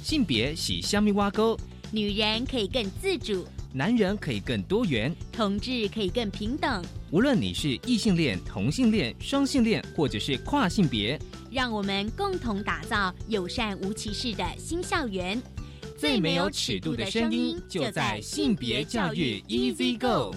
性别是虾米挖沟， 女人可以更自主， 男人可以更多元， 同志可以更平等。 无论你是异性恋、同性恋、双性恋，或者是跨性别， 让我们共同打造友善无歧视的新校园。 最没有尺度的声音，就在性别教育 Easy Go。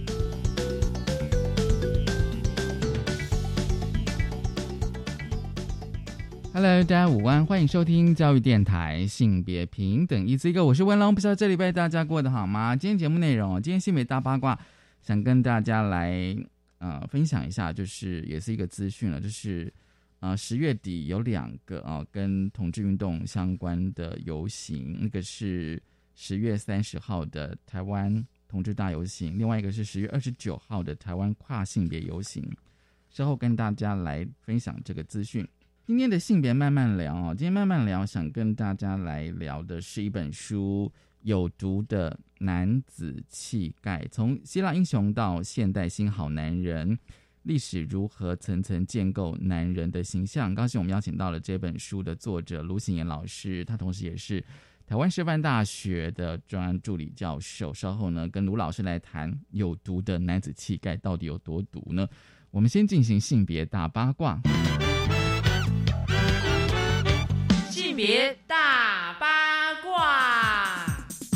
Hello， 大家午安，欢迎收听教育电台性别平等 Easy Go， 我是文龙，不知道这礼拜大家过得好吗？今天节目内容，今天性别大八卦，想跟大家来分享一下，就是也是一个资讯了，就是10月底有2个跟同志运动相关的游行，那个是10月30号的台湾同志大游行，另外一个是10月29号的台湾跨性别游行，稍后跟大家来分享这个资讯。今天的性别慢慢聊，今天慢慢聊想跟大家来聊的是一本书，有毒的男子气概，从希腊英雄到现代新好男人，历史如何层层建构男人的形象。高兴我们邀请到了这本书的作者卢醒妍老师，他同时也是台湾师范大学的专案助理教授。稍后呢，跟卢老师来谈有毒的男子气概到底有多毒呢？我们先进行性别大八卦。 性别大八卦，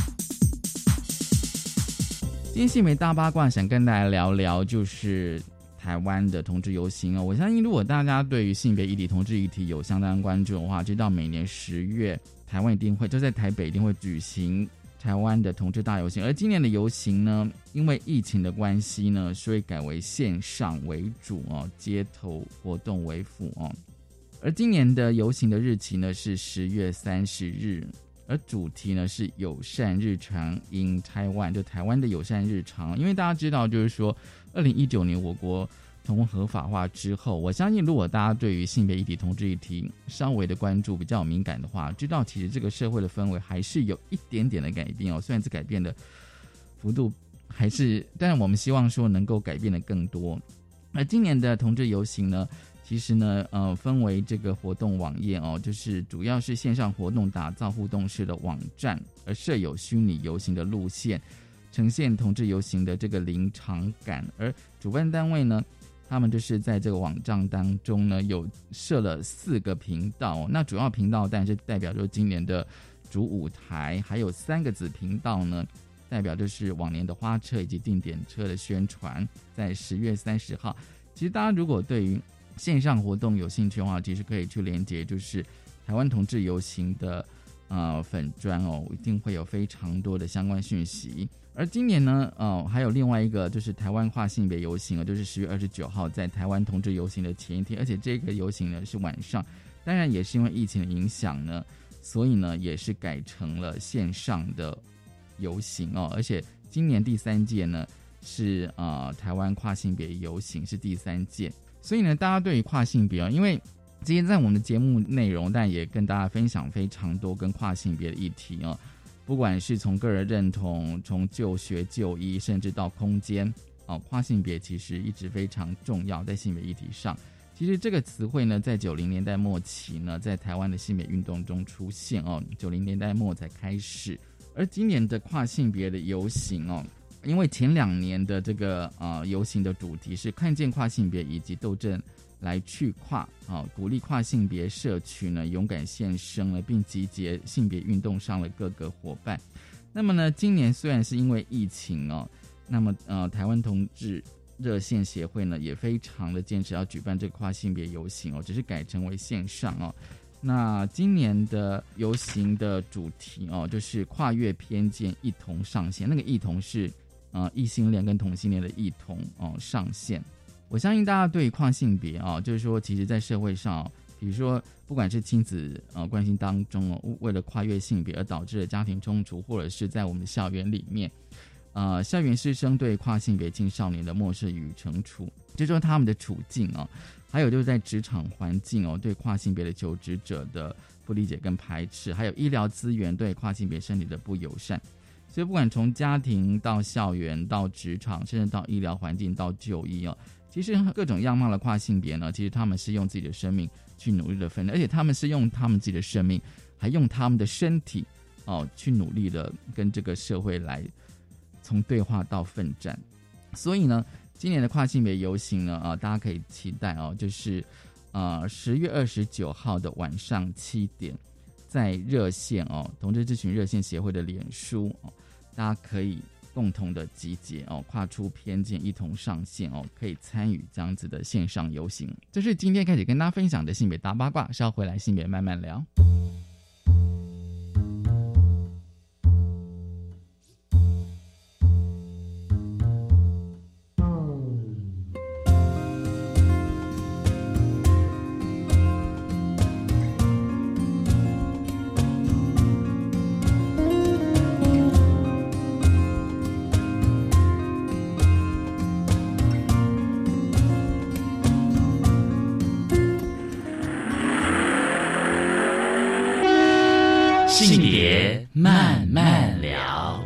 今天性别大八卦想跟大家聊聊就是台湾的同志游行我相信如果大家对于性别议题、同志议题有相当关注的话，知道每年10月台湾一定会就在台北一定会举行台湾的同志大游行，而今年的游行呢，因为疫情的关系呢，所以改为线上为主街头活动为辅而今年的游行的日期呢是10月30日，而主题呢是友善日常 in Taiwan， 就台湾的友善日常。因为大家知道就是说2019年我国同婚合法化之后，我相信如果大家对于性别议题、同志议题稍微的关注比较敏感的话，知道其实这个社会的氛围还是有一点点的改变虽然这改变的幅度还是，但是我们希望说能够改变的更多。而今年的同志游行呢，其实呢分为这个活动网页就是主要是线上活动打造互动式的网站，而设有虚拟游行的路线，呈现同志游行的这个临场感。而主办单位呢，他们就是在这个网站当中呢有设了4个频道那主要频道当然是代表就是今年的主舞台，还有3个子频道呢，代表就是往年的花车以及定点车的宣传。在10月30号，其实大家如果对于线上活动有兴趣的话，其实可以去连结就是台湾同志游行的粉专一定会有非常多的相关讯息。而今年呢还有另外一个就是台湾跨性别游行就是10月29号在台湾同志游行的前一天，而且这个游行呢是晚上，当然也是因为疫情的影响呢，所以呢也是改成了线上的游行而且今年第3届呢是台湾跨性别游行是第3届。所以呢大家对于跨性别因为今天在我们的节目内容，但也跟大家分享非常多跟跨性别的议题不管是从个人认同，从就学就医，甚至到空间跨性别其实一直非常重要在性别议题上。其实这个词汇呢在90年代末期呢在台湾的性别运动中出现90年代末才开始。而今年的跨性别的游行因为前2年的这个游行的主题是看见跨性别以及斗争来去跨鼓励跨性别社群呢勇敢现身了，并集结性别运动上的各个伙伴。那么呢今年虽然是因为疫情那么台湾同志热线协会呢也非常的坚持要举办这个跨性别游行只是改成为线上那今年的游行的主题就是跨越偏见一同上线，那个一同是异性恋跟同性恋的一同上线。我相信大家对于跨性别就是说其实在社会上比如说不管是亲子关系当中为了跨越性别而导致的家庭冲突，或者是在我们的校园里面校园师生对跨性别青少年的漠视与惩处，就是说他们的处境还有就是在职场环境对跨性别的求职者的不理解跟排斥，还有医疗资源对跨性别身体的不友善。所以不管从家庭到校园到职场，甚至到医疗环境到就医其实各种样貌的跨性别呢，其实他们是用自己的生命去努力的奋斗，而且他们是用他们自己的生命还用他们的身体去努力的跟这个社会来从对话到奋战。所以呢，今年的跨性别游行呢，大家可以期待就是10月29号的晚上7点，在热线同志咨询热线协会的脸书大家可以共同的集结跨出偏见，一同上线可以参与这样子的线上游行。这是今天开始跟大家分享的性别大八卦，稍回来性别慢慢聊。 性别慢慢聊。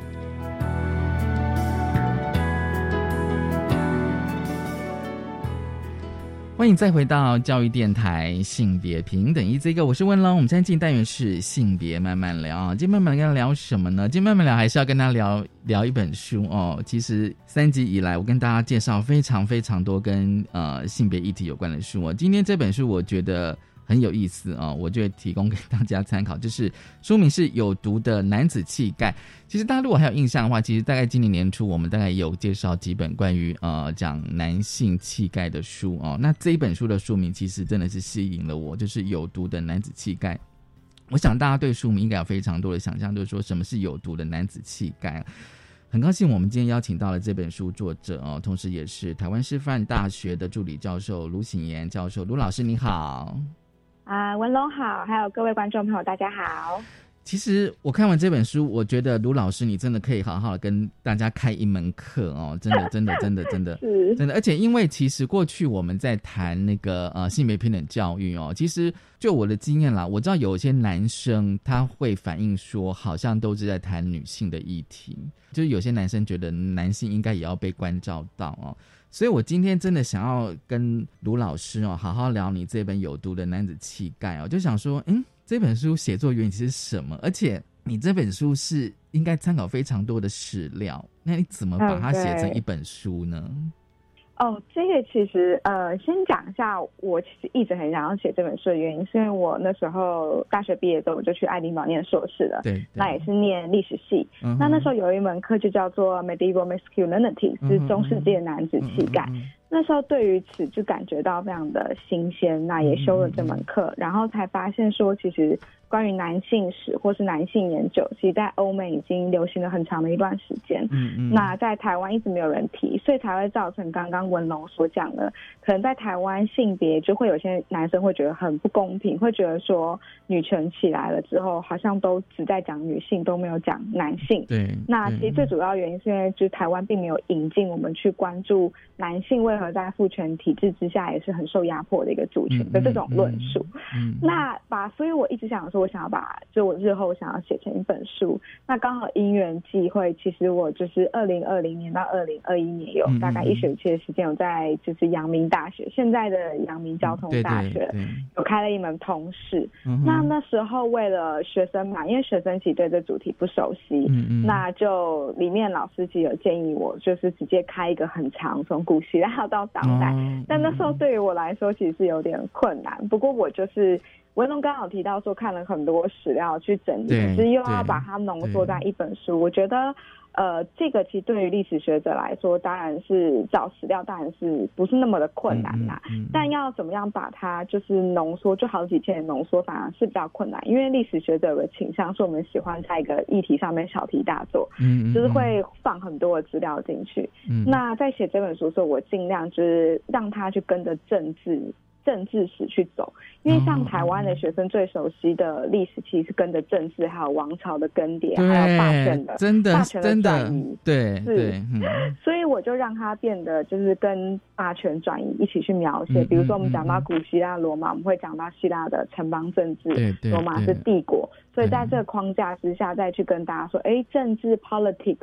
欢迎再回到教育电台性别平等这个，我是文龙。我们现在进单元是性别慢慢聊。今天慢慢跟他聊什么呢？今天慢慢聊还是要跟他聊一本书其实3集以来我跟大家介绍非常非常多跟性别议题有关的书今天这本书我觉得很有意思我就会提供给大家参考，就是书名是有毒的男子气概。其实大家如果还有印象的话，其实大概今年年初我们大概有介绍几本关于讲男性气概的书那这一本书的书名其实真的是吸引了我，就是有毒的男子气概。我想大家对书名应该有非常多的想象，就是说什么是有毒的男子气概。很高兴我们今天邀请到了这本书作者同时也是台湾师范大学的助理教授卢省言教授。卢老师你好。 文龙好，还有各位观众朋友大家好。 其实我看完这本书，我觉得卢老师你真的可以好好的跟大家开一门课真的真的真的真的真的。而且因为其实过去我们在谈那个性别平等教育其实就我的经验啦，我知道有些男生他会反映说好像都是在谈女性的议题，就是有些男生觉得男性应该也要被关照到所以我今天真的想要跟卢老师好好聊你这本有毒的男子气概就想说这本书写作原因是什么？而且你这本书是应该参考非常多的史料，那你怎么把它写成一本书呢？ 这个其实先讲一下，我其实一直很想要写这本书的原因，是因为我那时候大学毕业之后我就去爱丁堡念硕士了， 对， 那也是念历史系那时候有一门课就叫做 Medieval Masculinity， 是中世纪的男子气概那时候对于此就感觉到非常的新鲜，那也修了这门课然后才发现说其实关于男性史或是男性研究，其实在欧美已经流行了很长的一段时间那在台湾一直没有人提，所以才会造成刚刚文龙所讲的，可能在台湾性别就会有些男生会觉得很不公平，会觉得说女权起来了之后好像都只在讲女性，都没有讲男性。 对， 那其实最主要原因是因为就是台湾并没有引进我们去关注男性为何在父权体制之下也是很受压迫的一个族群的这种论述所以我一直想说我想要把就我日后想要写成一本书，那刚好因缘际会，其实我就是2020年到2021年有大概1学期的时间有在就是阳明大学现在的阳明交通大学有开了一门通识那时候为了学生嘛，因为学生其实对这主题不熟悉那就里面老师其实有建议我就是直接开一个很长从古希腊到当代但那时候对于我来说其实是有点困难，不过我就是文龙刚好提到说看了很多史料去整理，可是又要把它浓缩在一本书，我觉得这个其实对于历史学者来说当然是找史料当然是不是那么的困难啦但要怎么样把它就是浓缩，就好几天的浓缩反而是比较困难，因为历史学者有个倾向是我们喜欢在一个议题上面小题大做就是会放很多的资料进去那在写这本书的时候我尽量就是让它去跟着政治史去走，因为像台湾的学生最熟悉的历史其实是跟着政治还有王朝的更迭还有霸权的霸权的转移对所以我就让它变得就是跟霸权转移一起去描写比如说我们讲到古希腊罗马我们会讲到希腊的城邦政治罗马是帝国，所以在这个框架之下再去跟大家说政治 politics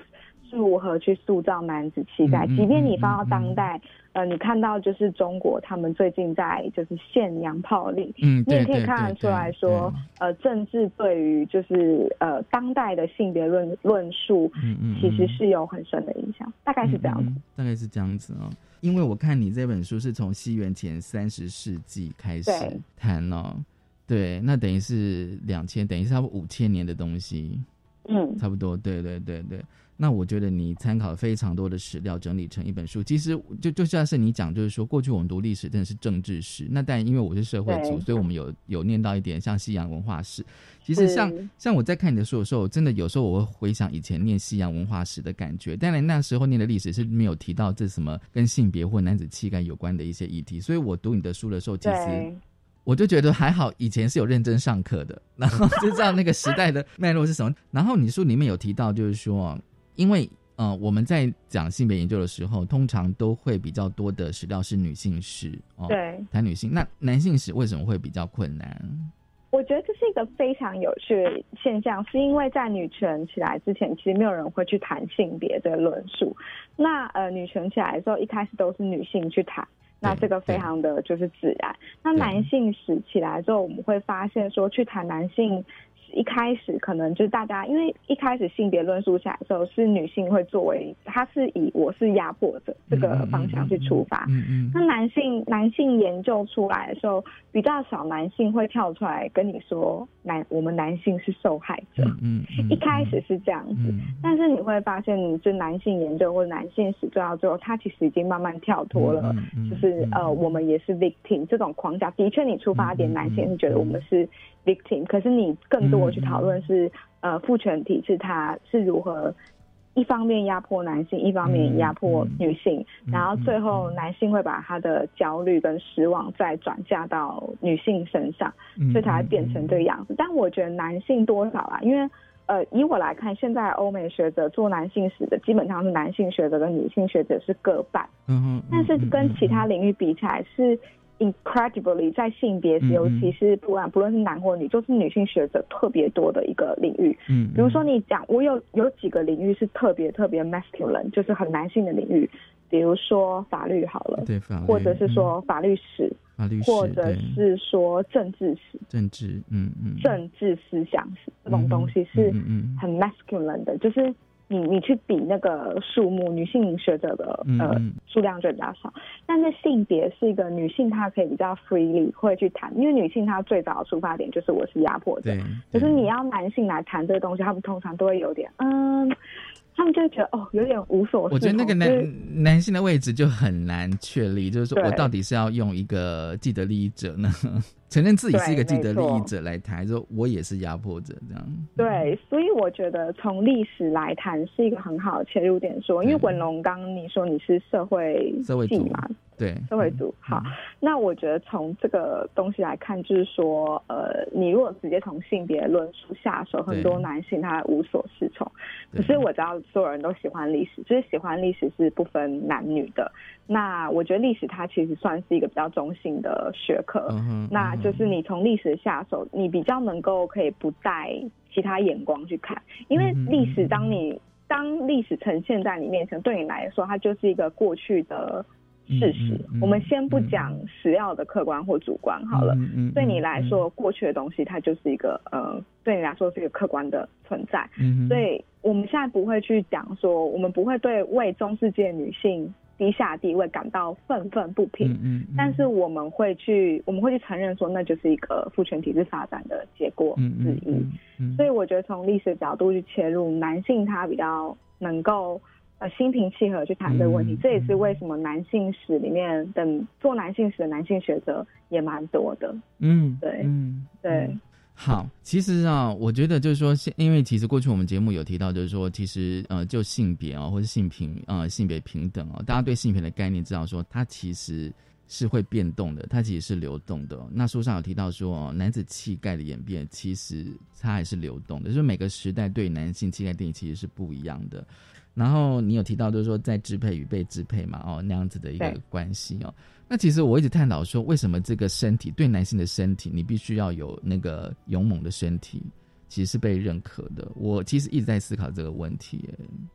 是如何去塑造男子气概。即便你放到当代，你看到就是中国他们最近在就是限洋炮令，你也可以看得出来说，政治对于就是当代的性别论述，其实是有很深的影响，大概是这样子。 大概是这样子哦。因为我看你这本书是从西元前30世纪开始谈哦，对，那等于是2000，等于是差不多5000年的东西，差不多，对。那我觉得你参考了非常多的史料，整理成一本书。其实就像是你讲，就是说过去我们读历史真的是政治史，那但因为我是社会组，所以我们有念到一点像西洋文化史。其实像我在看你的书的时候，真的有时候我会回想以前念西洋文化史的感觉。当然那时候念的历史是没有提到这什么跟性别或男子气概有关的一些议题，所以我读你的书的时候，其实我就觉得还好，以前是有认真上课的，然后就知道那个时代的脉络是什么。然后你书里面有提到，就是说，因为我们在讲性别研究的时候，通常都会比较多的史料是女性史，对，谈女性。那男性史为什么会比较困难？ 我觉得这是一个非常有趣的现象，是因为在女权起来之前，其实没有人会去谈性别这个论述。那女权起来的时候，一开始都是女性去谈。那这个非常的就是自然。那男性史起来之后，我们会发现说，去谈男性一开始可能就是大家，因为一开始性别论述起来的时候，是女性会作为，她是以我是压迫者这个方向去出发。那男性研究出来的时候，比较少男性会跳出来跟你说，我们男性是受害者。一开始是这样子，但是你会发现，就男性研究或者男性史做到最后，他其实已经慢慢跳脱了，就是我们也是 victim 这种框架。的确，你出发点男性是觉得我们是 victim， 可是你更多的去讨论是父权体制它是如何一方面压迫男性，一方面压迫女性，然后最后男性会把他的焦虑跟失望再转嫁到女性身上，所以才会变成这个样子。但我觉得男性多少啊，因为以我来看，现在欧美学者做男性史的基本上是男性学者跟女性学者是各半，但是跟其他领域比起来是incredibly 在性别尤其是不论是男或女，就是女性学者特别多的一个领域。比如说你讲，我有几个领域是特别 masculine， 就是很男性的领域，比如说法律好了，对，法律，或者是说法律史，或者是说政治史，政治思想史，这种东西是很 masculine 的，就是你去比那个数目，女性学者的数量就比较少。但是性别是一个女性，她可以比较 freely 会去谈，因为女性她最早的出发点就是我是压迫者。可是你要男性来谈这个东西，他们通常都会有点他们就会觉得有点无所适从。 我觉得那个男性的位置就很难确立，就是说我到底是要用一个既得利益者呢，承认自己是一个既得利益者来谈，说我也是压迫者这样。对， 所以我觉得从历史来谈是一个很好的切入点。说，因为文龙刚刚你说你是社会系嘛，对，社会组。好，那我觉得从这个东西来看，就是说，你如果直接从性别论述下手，很多男性他无所适从。可是我知道所有人都喜欢历史，就是喜欢历史是不分男女的。那我觉得历史它其实算是一个比较中性的学科，那就是你从历史下手，你比较能够可以不带其他眼光去看，因为历史当历史呈现在你面前，对你来说它就是一个过去的事实。我们先不讲史料的客观或主观好了，对你来说过去的东西它就是一个对你来说是一个客观的存在。所以我们现在不会去讲说，我们不会对为中世纪的女性低下地位感到愤愤不平，但是我们会去承认说，那就是一个父权体制发展的结果之一。所以我觉得从历史的角度去切入，男性他比较能够心平气和去谈这个问题。这也是为什么男性史里面的做男性史的男性学者也蛮多的。对。 好，其实我觉得就是说，因为其实过去我们节目有提到，就是说，其实就性别或者性别平等大家对性别的概念知道说，它其实是会变动的，它其实是流动的。那书上有提到说，男子气概的演变其实它还是流动的，就是每个时代对男性气概定义其实是不一样的。然后你有提到就是说，在支配与被支配嘛，那样子的一个关系那其实我一直探讨说，为什么这个身体对男性的身体，你必须要有那个勇猛的身体，其实是被认可的。我其实一直在思考这个问题。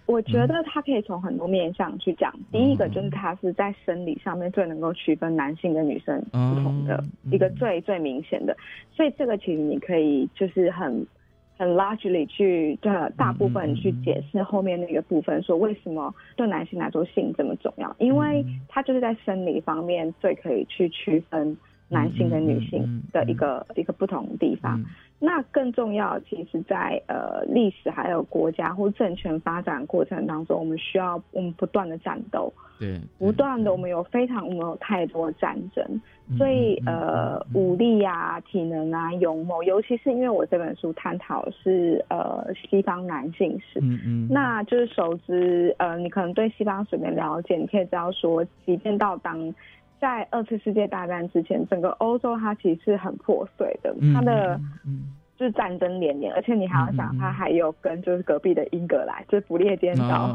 我觉得它可以从很多面向去讲。第一个就是它是在生理上面最能够区分男性跟女生不同的一个最明显的，所以这个其实你可以就是很 largely 去大部分去解释后面那个部分，说为什么对男性来说性这么重要，因为它就是在生理方面最可以去区分男性跟女性的一个不同的地方。那更重要的其实在历史还有国家或政权发展过程当中，我们不断的战斗，对，不断的我们有太多战争，所以武力啊、体能啊、勇谋，尤其是因为我这本书探讨的是西方男性史，那就是熟知你可能对西方史没了解，你可以知道说，即便到在2次世界大战之前，整个欧洲它其实是很破碎的，它的就是战争连连，而且你还要想，它还有跟就是隔壁的英格兰，就是不列颠岛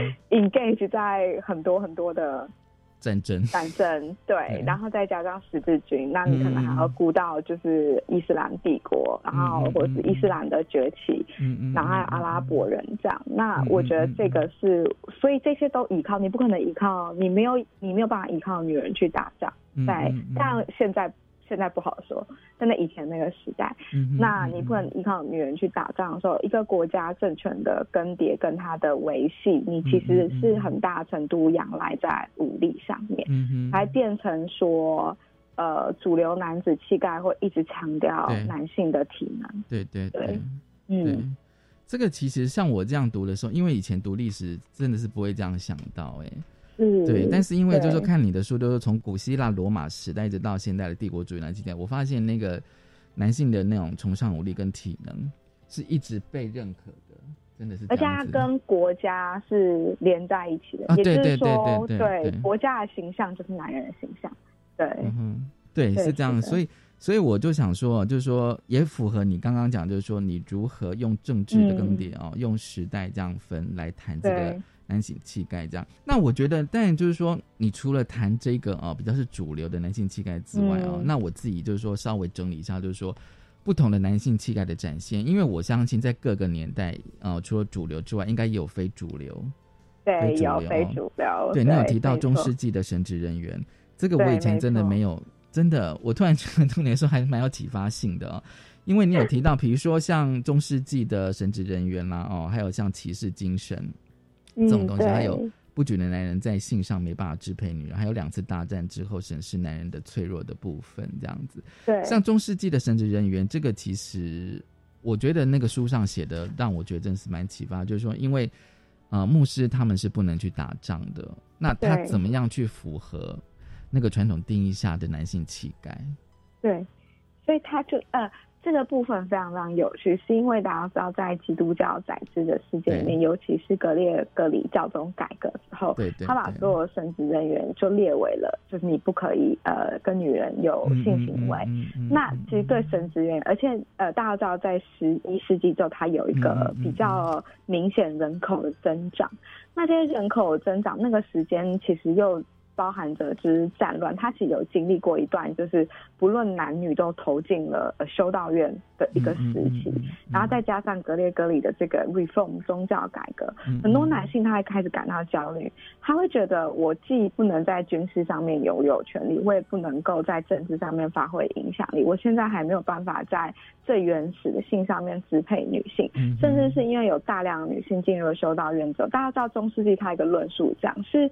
engage 在很多很多的战争，对，然后再加上十字军，那你可能还要顾到就是伊斯兰帝国，然后或者是伊斯兰的崛起，然后还有阿拉伯人这样。那我觉得这个是，所以这些都依靠，你不可能依靠，你没有办法依靠女人去打仗，但现在不好说，但在以前那个时代，那你不能依靠女人去打仗的时候，一个国家政权的更迭跟它的维系，你其实是很大程度仰赖在武力上面，才变成说主流男子气概会一直强调男性的体能。对， 这个其实像我这样读的时候，因为以前读历史真的是不会这样想到对，但是因为就是说看你的书都是从古希腊罗马时代一直到现代的帝国主义来记载，我发现那个男性的那种崇尚武力跟体能是一直被认可的，真的是这样子，而且它跟国家是连在一起的，也就是说对国家的形象就是男人的形象， 对，是这样，所以我就想说，就是说也符合你刚刚讲，就是说你如何用政治的更迭用时代这样分来谈这个男性气概这样。那我觉得当然就是说你除了谈这个比较是主流的男性气概之外那我自己就是说稍微整理一下，就是说不同的男性气概的展现，因为我相信在各个年代除了主流之外应该也有非主流， 对，有非主流， 对，你有提到中世纪的神职人员，这个我以前真的没有，真的我突然觉得读你的时候还蛮有启发性的因为你有提到比如说像中世纪的神职人员啦还有像骑士精神这种东西，还有不举的男人在性上没办法支配女人，还有2次大战之后审视男人的脆弱的部分这样子。 对， 像中世纪的神职人员，这个其实我觉得那个书上写的让我觉得真是蛮启发，就是说因为牧师他们是不能去打仗的，那他怎么样去符合那个传统定义下的男性气概？对， 所以他就这个部分非常非常有趣，是因为大家知道在基督教宰制的世界里面，尤其是格列格里教宗改革之后，他把所有的神职人员就列为了就是你不可以跟女人有性行为。那其实对神职人员，而且大家知道在11世纪之后，它有一个比较明显人口的增长，那这些人口的增长那个时间其实又包含着就是战乱，他其实有经历过一段就是不论男女都投进了修道院的一个时期，然后再加上格列格里的这个 reform 宗教改革，很多男性他会开始感到焦虑，他会觉得我既不能在军事上面拥有权利，我也不能够在政治上面发挥影响力，我现在还没有办法在最原始的性上面支配女性，甚至是因为有大量的女性进入了修道院之后，大家知道中世纪它一个论述这样是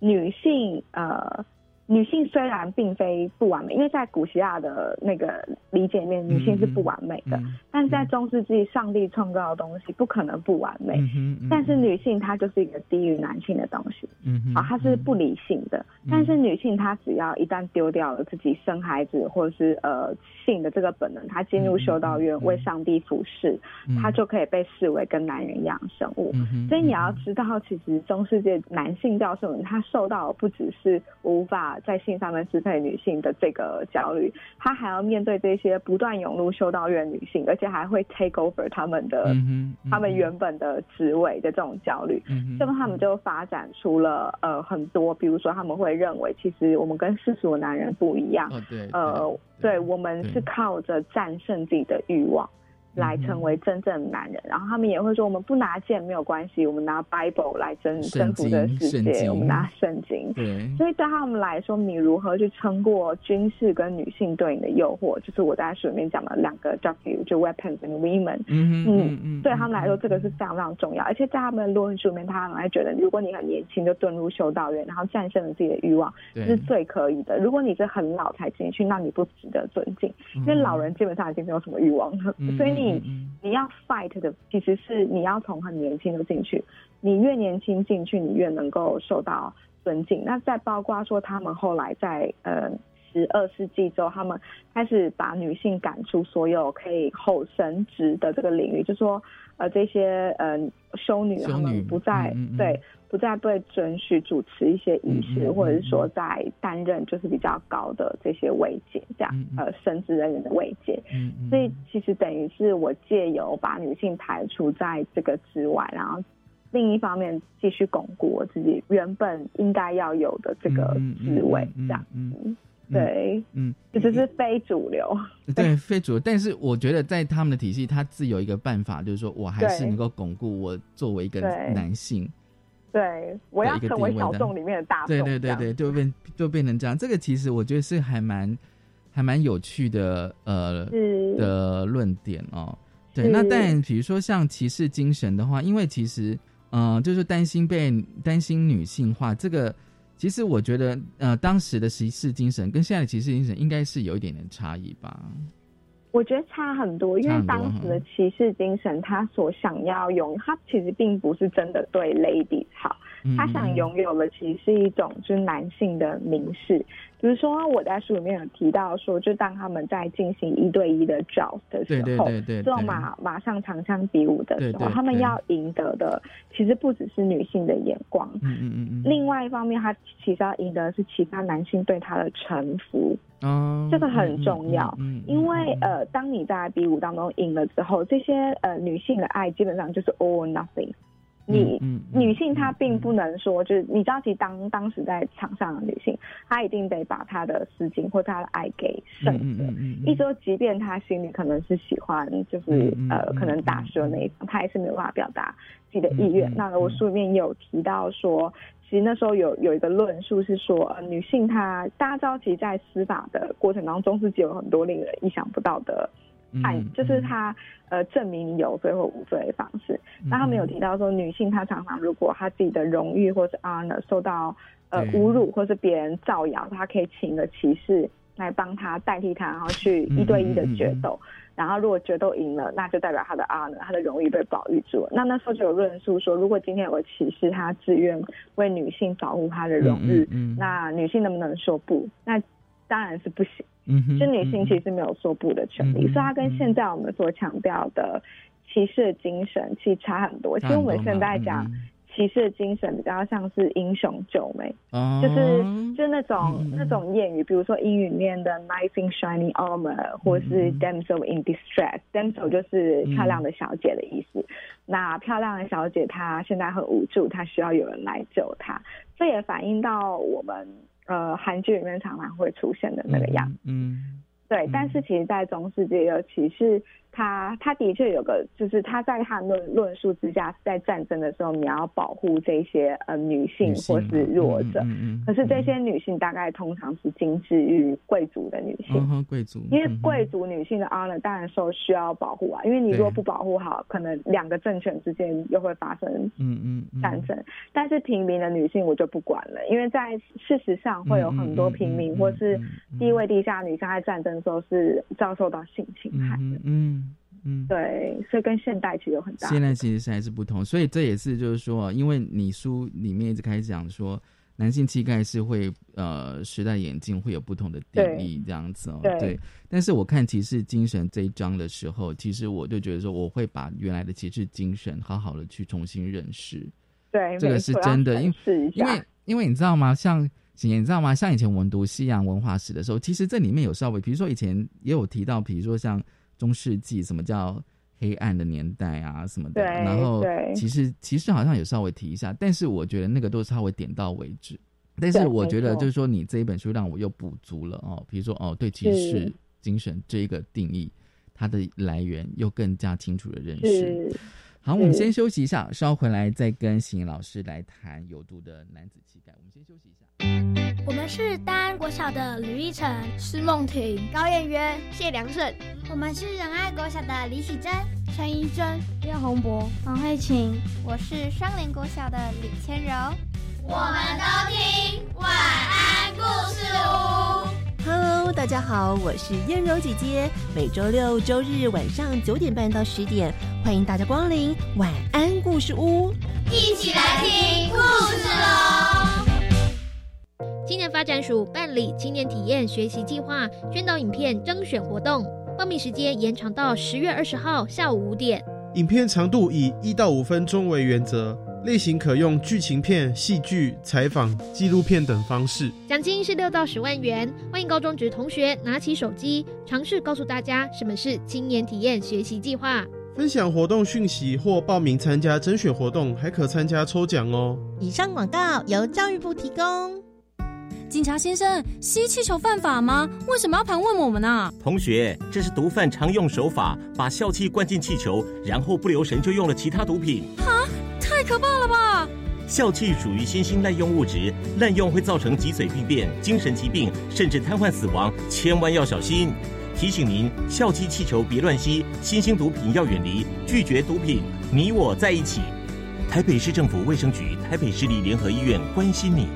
女性虽然并非不完美，因为在古希腊的那个理解里面，女性是不完美的，但是在中世纪上帝创造的东西不可能不完美，但是女性她就是一个低于男性的东西，她是不理性的，但是女性她只要一旦丢掉了自己生孩子或者是性的这个本能，她进入修道院为上帝服侍，她就可以被视为跟男人一样的生物，所以你要知道其实中世纪男性教授们他受到的不只是无法在性上面支配女性的这个焦虑，他还要面对这些不断涌入修道院女性，而且还会 take over 他们的他们原本的职位的这种焦虑，所以他们就发展出了很多，比如说他们会认为其实我们跟世俗的男人不一样，对，我们是靠着战胜自己的欲望来成为真正的男人，然后他们也会说我们不拿剑没有关系，我们拿 Bible 来征服这个世界，我们拿圣经。 对， 所以对他们来说，你如何去撑过军事跟女性对你的诱惑，就是我在书里面讲的两个 W， 就 Weapons and Women。对他们来说这个是非常非常重要，而且在他们的论述里面，他们还觉得如果你很年轻就遁入修道院，然后战胜了自己的欲望，这是最可以的。如果你是很老才进去，那你不值得尊敬，因为老人基本上已经没有什么欲望了。所以你要 fight 的其实是你要从很年轻就进去，你越年轻进去你越能够受到尊敬。那再包括说他们后来在12世纪之后，他们开始把女性赶出所有可以后神职的这个领域，就说这些修女他们不再不再被准许主持一些仪式，或者是说在担任就是比较高的这些位阶，这样神职人员的位阶。所以其实等于是我借由把女性排除在这个之外，然后另一方面继续巩固我自己原本应该要有的这个职位，这样子。对，这就是非主流。 对，非主流。但是我觉得在他们的体系，他自有一个办法，就是说我还是能够巩固我作为一个男性。 对，我要成为小众里面的大众。 对，就变成这样。这个其实我觉得是还蛮有趣的的论点哦。对，那但比如说像骑士精神的话，因为其实就是担心女性化这个。其实我觉得当时的骑士精神跟现在的骑士精神应该是有一点点差异吧。 我觉得差很多，因为当时的骑士精神他所想要拥有，他其实并不是真的对 ladies 好，他想拥有的其实是一种就是男性的凝视。比如说我在书里面有提到说，就当他们在进行1对1的 joust 的时候，这种马上长枪比武的时候，他们要赢得的其实不只是女性的眼光，另外一方面他其实要赢得的是其他男性对他的臣服。这个很重要，因为当你在比武当中赢了之后，这些女性的爱基本上就是 all or nothing。女性她并不能说，就是你知道，其实当时在场上的女性，她一定得把她的丝巾或她的爱给胜着。意思说，即便她心里可能是喜欢，就是可能打输的那一方，她还是没有办法表达自己的意愿。那我书里面有提到说，其实那时候有一个论述是说，女性大家知道，其实在司法的过程当中，中世纪有很多令人意想不到的就是她证明你有罪或无罪的方式。那他们有提到说，女性她常常如果她自己的荣誉或是 honor 受到侮辱，或是别人造谣，她可以请一个骑士来帮她代替她，然后去1对1的决斗。然后如果决斗赢了，那就代表她的 honor 她的荣誉被保育住了。那时候就有论述说，如果今天有个骑士他自愿为女性保护她的荣誉，那女性能不能说不？那当然是不行。就女性其实没有说不的权利，所以它跟现在我们所强调的骑士的精神其实差很多。其实我们现在讲骑士的精神比较像是英雄救美，就是那种谚语，比如说英语里面的 knight in shining armor， 或是 damsel in distress。damsel 就是漂亮的小姐的意思。那漂亮的小姐她现在很无助，她需要有人来救她。这也反映到我们韩剧里面常常会出现的那个样子。对，但是其实在中世纪尤其是他的确有个，就是他在他论述之下，在战争的时候你要保护这些女性或是弱者，可是这些女性大概通常是精致于贵族的女性，贵族，因为贵族女性的 honor 当然说需要保护啊，因为你如果不保护好，可能两个政权之间又会发生战争。但是平民的女性我就不管了，因为在事实上会有很多平民或是地位低下的女性在战争的时候是遭受到性侵害的。对，所以跟现代其实有很大的，现在其实还是不同。所以这也是就是说，因为你书里面一直开始讲说男性气概是会时代演进会有不同的定义这样子。对，但是我看骑士精神这一章的时候，其实我就觉得说我会把原来的骑士精神好好的去重新认识。 对， 这个是真的。因为你知道吗，像以前我们读西洋文化史的时候，其实这里面有稍微，比如说以前也有提到，比如说像中世纪什么叫黑暗的年代啊什么的，然后其实好像有稍微提一下，但是我觉得那个都稍微点到为止。但是我觉得就是说你这一本书让我又补足了比如说对骑士精神这一个定义， 它的来源又更加清楚的认识。好，我们先休息一下，稍回来再跟邢颖老师来谈有毒的男子气概。我们先休息一下。 我们是大安国小的吕一晨、施梦婷、高彦约、谢良胜。 我们是仁爱国小的李喜珍、 陈怡珍、廖宏博、 黄慧琴。我是双连国小的李千柔。 我们都听晚安故事屋。 Hello， 大家好，我是燕柔姐姐。每周六、周日晚上9点半到10点，欢迎大家光临晚安故事屋， 一起来听故事喽！ 青年发展署办理青年体验学习计划宣导影片征选活动，报名时间延长到10月20号下午5点。 影片长度以1到5分钟为原则，类型可用剧情片、戏剧、采访、纪录片等方式。 奖金是6到10万元。欢迎高中职同学拿起手机，尝试告诉大家什么是青年体验学习计划。 分享活动讯息或报名参加甄选活动，还可参加抽奖哦。 以上广告由教育部提供。 警察先生，吸气球犯法吗？为什么要盘问我们啊？ 同学，这是毒贩常用手法，把笑气灌进气球，然后不留神就用了其他毒品。 啊，太可怕了吧！ 笑气属于新兴滥用物质，滥用会造成脊髓病变、精神疾病，甚至瘫痪死亡，千万要小心。提醒您，笑气气球别乱吸，新兴毒品要远离，拒绝毒品，你我在一起。台北市政府卫生局、台北市立联合医院关心您。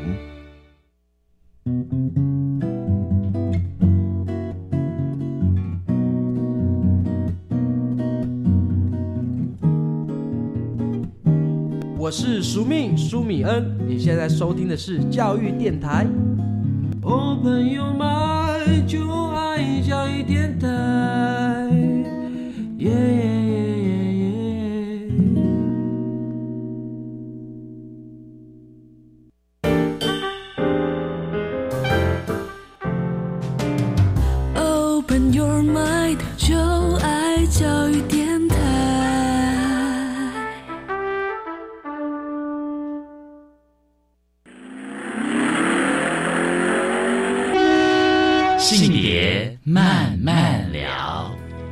我是苏米恩，你现在收听的是教育电台。Open your mind， 就爱教育电台。Open your mind， 就爱教育电台。 性别慢慢聊。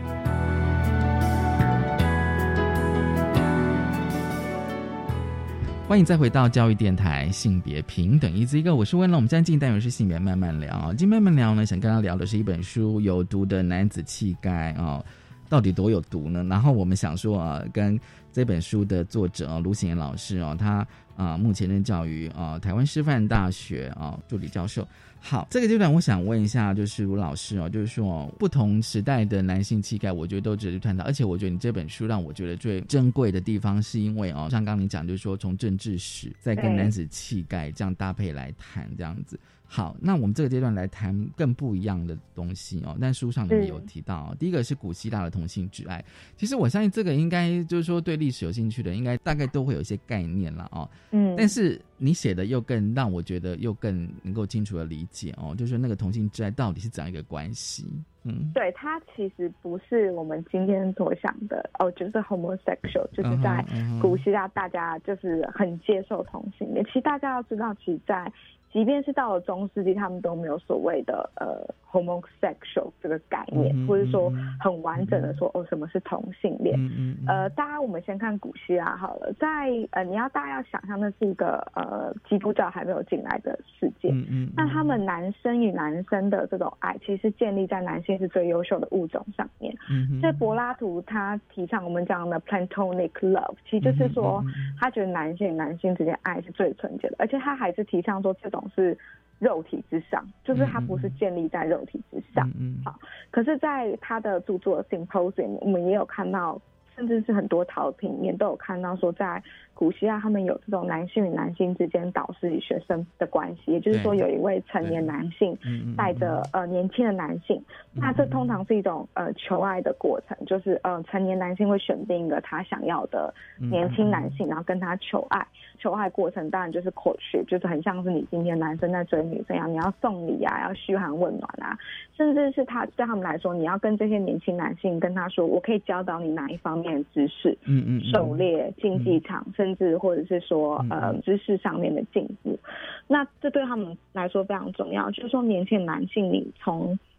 欢迎再回到教育电台性别平等一字一个，我是温龙。我们现在进进单元是性别慢慢聊。今天慢慢聊呢，想跟大家聊的是一本书《有毒的男子气概》到底多有毒呢？然后我们想说跟这本书的作者卢显妍老师他目前任教于台湾师范大学助理教授。好，这个阶段我想问一下，就是卢老师就是说不同时代的男性气概，我觉得都值得探讨。而且我觉得你这本书让我觉得最珍贵的地方，是因为像刚刚你讲，就是说从政治史再跟男子气概这样搭配来谈这样子。好，那我们这个阶段来谈更不一样的东西但书上里面有提到第一个是古希腊的同性之爱。其实我相信这个应该就是说对历史有兴趣的应该大概都会有一些概念啦但是你写的又更让我觉得又更能够清楚的理解就是说那个同性之爱到底是怎样一个关系。 对，它其实不是我们今天所想的就是 homosexual， 就是在古希腊大家就是很接受同性恋。其实大家要知道，其实在即便是到了中世纪，他们都没有所谓的homosexual 这个概念，或者说很完整的说什么是同性恋。大家我们先看古希腊好了，在大家要想象那是一个基督教还没有进来的世界，那他们男生与男生的这种爱，其实建立在男性是最优秀的物种上面。所以柏拉图他提倡我们讲的 platonic love， 其实就是说他觉得男性与男性之间爱是最纯洁的，而且他还是提倡说这种是肉体之上，就是它不是建立在肉体之上。好，可是在他的著作 Symposium 我们也有看到，甚至是很多陶品里面都有看到说，在古希腊他们有这种男性与男性之间导师与学生的关系，也就是说有一位成年男性带着年轻的男性，那这通常是一种求爱的过程，就是成年男性会选定一个他想要的年轻男性，然后跟他求爱。求爱过程当然就是 courtship， 就是很像是你今天男生在追女生一样，你要送礼啊，要嘘寒问暖啊，甚至是他对他们来说，你要跟这些年轻男性跟他说，我可以教导你哪一方面的知识，狩猎、竞技场，甚至或者是说知识上面的进步。那这对他们来说非常重要，就是说年轻男性你从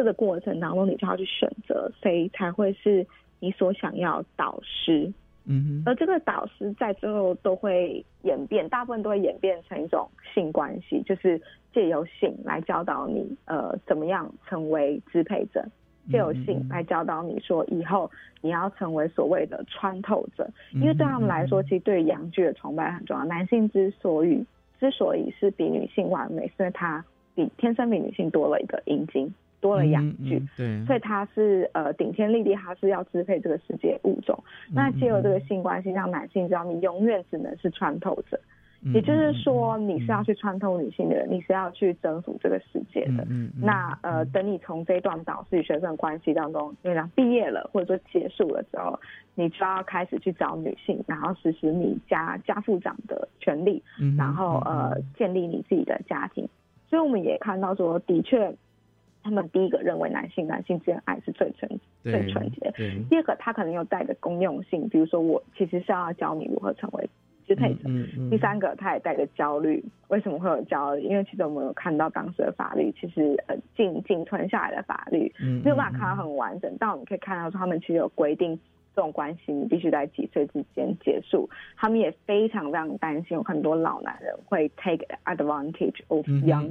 这个过程当中，你就要去选择谁才会是你所想要导师。而这个导师在最后都会演变，大部分都会演变成一种性关系，就是借由性来教导你怎么样成为支配者，借由性来教导你说以后你要成为所谓的穿透者。因为对他们来说，其实对于阳具的崇拜很重要。男性之所以是比女性完美，是因为他天生比女性多了一个阴茎，多了阳具，对，所以他是顶天立地，他是要支配这个世界物种。那借由这个性关系，让男性知道你永远只能是穿透者，也就是说你是要去穿透女性的人，你是要去征服这个世界的。那等你从这段导师与学生关系当中，因为毕业了或者说结束了之后，你就要开始去找女性，然后实施你家父长的权利，然后建立你自己的家庭。所以我们也看到说，的确他们第一个认为男性之间爱是最纯洁。第二个，他可能有带着公用性，比如说我其实是要教你如何成为支配者。第三个，他也带着焦虑。为什么会有焦虑？因为其实我们有看到当时的法律，其实仅存下来的法律没有办法看到很完整，但我们可以看到说他们其实有规定这种关系你必须在几岁之间结束。他们也非常非常担心有很多老男人会 take advantage of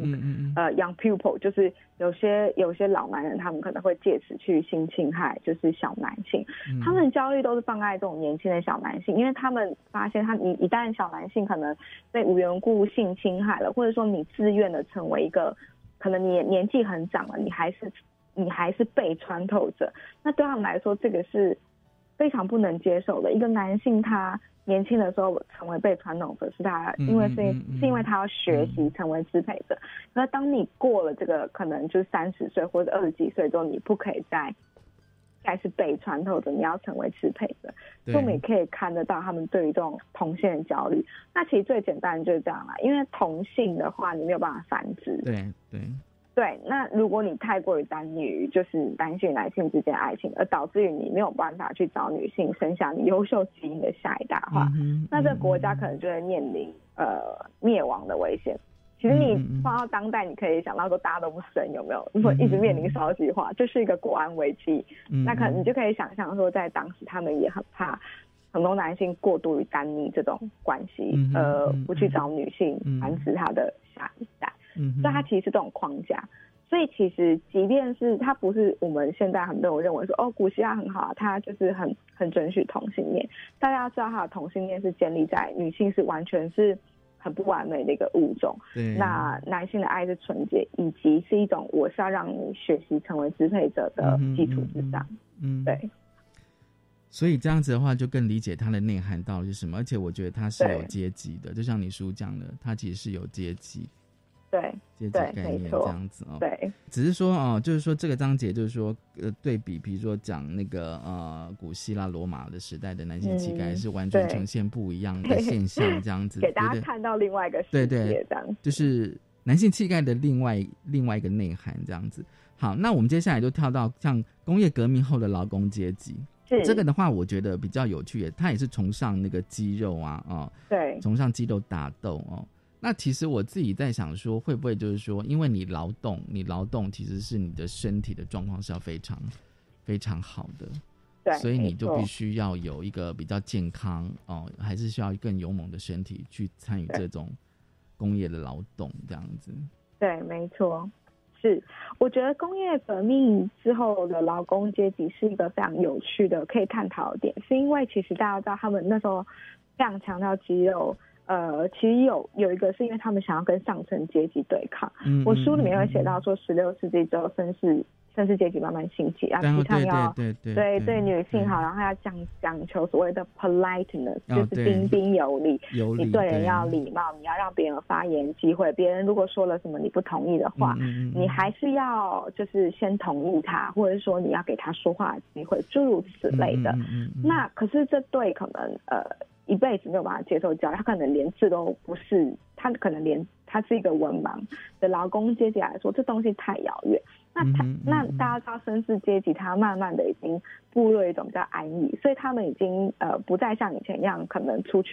young people， 就是有些老男人他们可能会借此去性侵害就是小男性。他们的焦虑都是放在这种年轻的小男性，因为他们发现你一旦小男性可能被无缘无故性侵害了，或者说你自愿的成为一个可能你年纪很长了，你还是被穿透者，那对他们来说这个是非常不能接受的。一个男性他年轻的时候成为被传统者，是他因为他要学习成为支配者。那当你过了这个可能就是30岁或者20几岁之后，你不可以再是被穿透者，你要成为支配者。所以我们也可以看得到他们对于这种同性的焦虑。那其实最简单的就是这样啦，因为同性的话你没有办法繁殖。对，那如果你太过于单于就是男性男性之间爱情，而导致于你没有办法去找女性生下你优秀基因的下一代的话，那这个国家可能就会面临灭亡的危险。其实你放到当代，你可以想到说大家都不生，有没有？如果一直面临少子化，就是一个国安危机。那可能你就可以想象说，在当时他们也很怕很多男性过度于单一这种关系，不去找女性繁殖他的下一代。所以它其实是这种框架。所以其实即便是它不是我们现在很多人认为说古希腊很好，它就是很准许同性恋。大家要知道它的同性恋是建立在女性是完全是很不完美的一个物种，那男性的爱是纯洁，以及是一种我是要让你学习成为支配者的基础之上。对。 所以这样子的话就更理解它的内涵到底是什么。而且我觉得它是有阶级的，就像你书讲的，它其实是有阶级。对，阶级概念这样子哦。对，只是说就是说这个章节就是说对比，比如说讲那个古希腊罗马的时代的男性气概是完全呈现不一样的现象，这样子给大家看到另外一个世界，这样就是男性气概的另外一个内涵这样子。好，那我们接下来就跳到像工业革命后的劳工阶级。这个的话我觉得比较有趣，他也是崇尚那个肌肉啊，对，崇尚肌肉打斗哦。那其实我自己在想说，会不会就是说，因为你劳动其实是你的身体的状况是要非常非常好的，对，所以你就必须要有一个比较健康还是需要更勇猛的身体去参与这种工业的劳动这样子。 对，没错，是。我觉得工业革命之后的劳工阶级是一个非常有趣的可以探讨的点，是因为其实大家知道他们那时候非常强调肌肉。其实有一个是因为他们想要跟上层阶级对抗。我书里面会写到说16世纪之后绅士阶级慢慢兴起，然后他们要对女性好，然后要讲求所谓的 politeness， 就是彬彬有礼，你对人要礼貌，你要让别人有发言机会，别人如果说了什么你不同意的话，你还是要就是先同意他，或者说你要给他说话的机会，诸如此类的。那可是这对可能一辈子没有办法接受教育，他可能连字都不是，他可能连他是一个文盲的劳工阶级来说，这东西太遥远。那大家知道绅士阶级他慢慢的已经步入一种比较安逸，所以他们已经不再像以前一样可能出去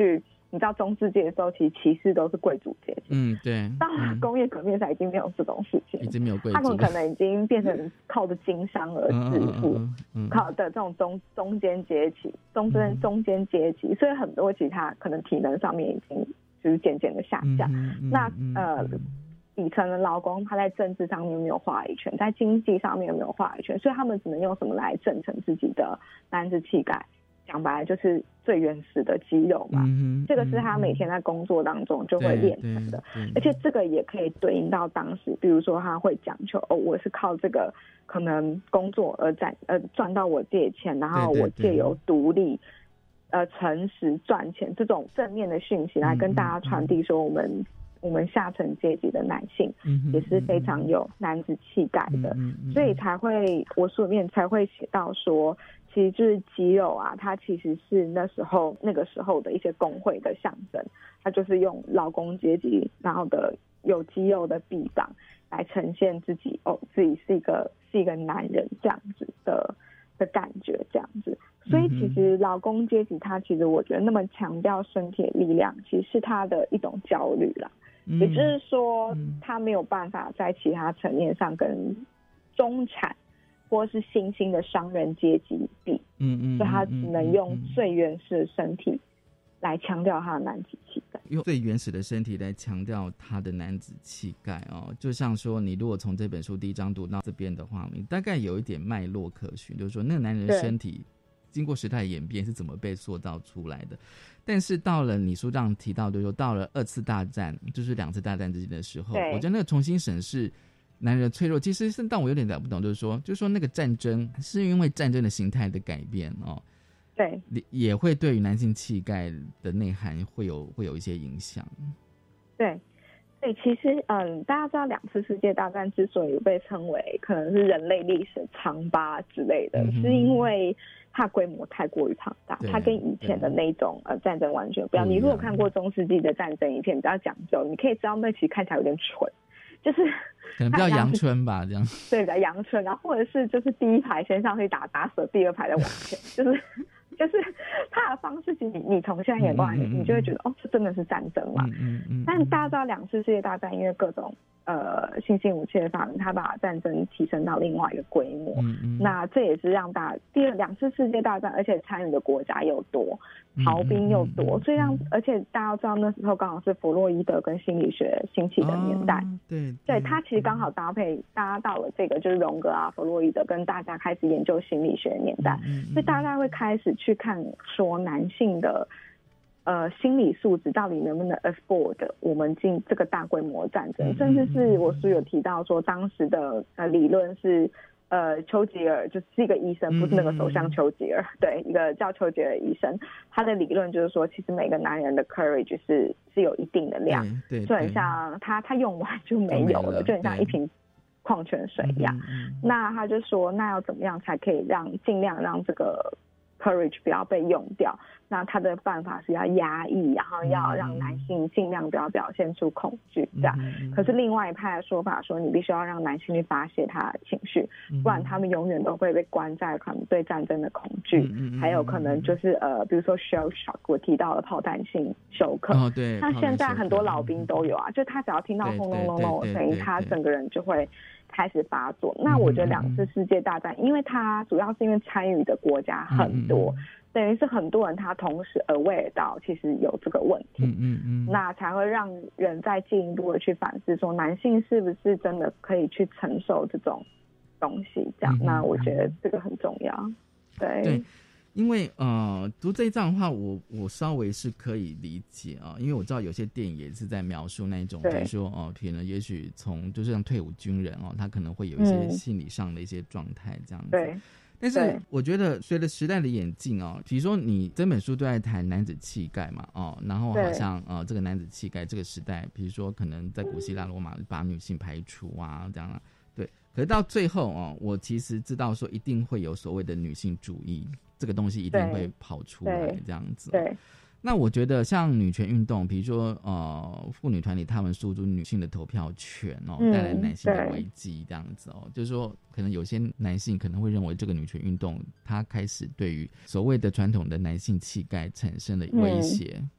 你知道中世纪的时候，其实骑士都是贵族阶级。 对。 到了工业革命才已经没有这种事情， 已经没有贵族， 他们可能已经变成靠着经商而致富，靠的这种中间阶级，中间阶级，所以很多其他可能体能上面已经就是渐渐的下降。那底层的劳工他在政治上面没有话语权，在经济上面没有话语权，所以他们只能用什么来证成自己的男子气概？讲白了就是最原始的肌肉嘛，这个是他每天在工作当中就会练成的，而且这个也可以对应到当时，比如说他会讲求我是靠这个可能工作而赚到我借钱，然后我借由独立诚实赚钱这种正面的讯息来跟大家传递说我们下层阶级的男性也是非常有男子气概的，所以才会我书里面才会写到说，其实就是肌肉啊，它其实是那个时候的一些工会的象征，它就是用劳工阶级然后的有肌肉的臂膀来呈现自己自己是一个男人这样子的感觉这样子。所以其实劳工阶级它其实我觉得那么强调身体的力量，其实是他的一种焦虑啦，也就是说他没有办法在其他层面上跟中产或是新兴的商人阶级比，所以他只能用最原始的身体来强调他的男子气概， 用最原始的身体来强调他的男子气概就像说你如果从这本书第一章读到这边的话，你大概有一点脉络可循，就是说那个男人的身体经过时代演变是怎么被塑造出来的。但是到了你书上提到，就是说到了2次大战，就是2次大战之间的时候，我觉得那个重新审视男人的脆弱，其实是但我有点搞不懂，就是说那个战争是因为战争的形态的改变对， 也会对于男性气概的内涵会有一些影响。 对，其实大家知道2次世界大战之所以被称为可能是人类历史长疤之类的，是因为它规模太过于庞大，它跟以前的那种战争完全不一样。你如果看过中世纪的战争影片，比较讲究，你可以知道那其实看起来有点蠢，就是可能比较阳春吧，这样对，比较阳春，然后或者是就是第一排先上去打死，第二排再往前，就是他的方式，其实你从现在眼光来你就会觉得这真的是战争嘛。但大家知道2次世界大战因为各种新兴武器的发明，他把战争提升到另外一个规模。那这也是让2次世界大战，而且参与的国家又多，逃兵又多，所以而且大家都知道那时候刚好是弗洛伊德跟心理学兴起的年代。对，他其实刚好搭配大家到了这个就是荣格啊、弗洛伊德跟大家开始研究心理学的年代，所以大家会开始去看说男性的心理素质到底能不能 afford 我们进这个大规模战争，甚至是我书有提到说当时的理论是丘吉尔就是一个医生，不是那个首相丘吉尔，对，一个叫丘吉尔的医生，他的理论就是说其实每个男人的 courage 是有一定的量，就很像他用完就没有了，就很像一瓶矿泉水一样。那他就说那要怎么样才可以尽量让这个 courage 不要被用掉，那他的办法是要压抑，然后要让男性尽量不要表现出恐惧这样。可是另外一派的说法说你必须要让男性去发泄他的情绪，不然他们永远都会被关在可能对战争的恐惧，还有可能就是比如说 shell shock 我提到的炮弹性休克。 对， 那现在很多老兵都有啊，就他只要听到轰隆隆隆的声音，他整个人就会开始发作。那我觉得2次世界大战因为它主要是因为参与的国家很多，等于是很多人他同时 aware 到其实有这个问题，那才会让人再进一步的去反思说男性是不是真的可以去承受这种东西这样。那我觉得这个很重要。对， 因为读这一章的话我稍微是可以理解因为我知道有些电影也是在描述那一种，比如说可能也许就是像退伍军人他可能会有一些心理上的一些状态这样子。对，但是我觉得随着时代的演进比如说你这本书都在谈男子气概嘛然后好像这个男子气概这个时代，比如说可能在古希腊罗马把女性排除这样对，可是到最后我其实知道说一定会有所谓的女性主义，这个东西一定会跑出来这样子。对，那我觉得像女权运动，比如说妇女团体他们诉诸女性的投票权带来男性的危机这样子就是说可能有些男性可能会认为这个女权运动它开始对于所谓的传统的男性气概产生了威胁。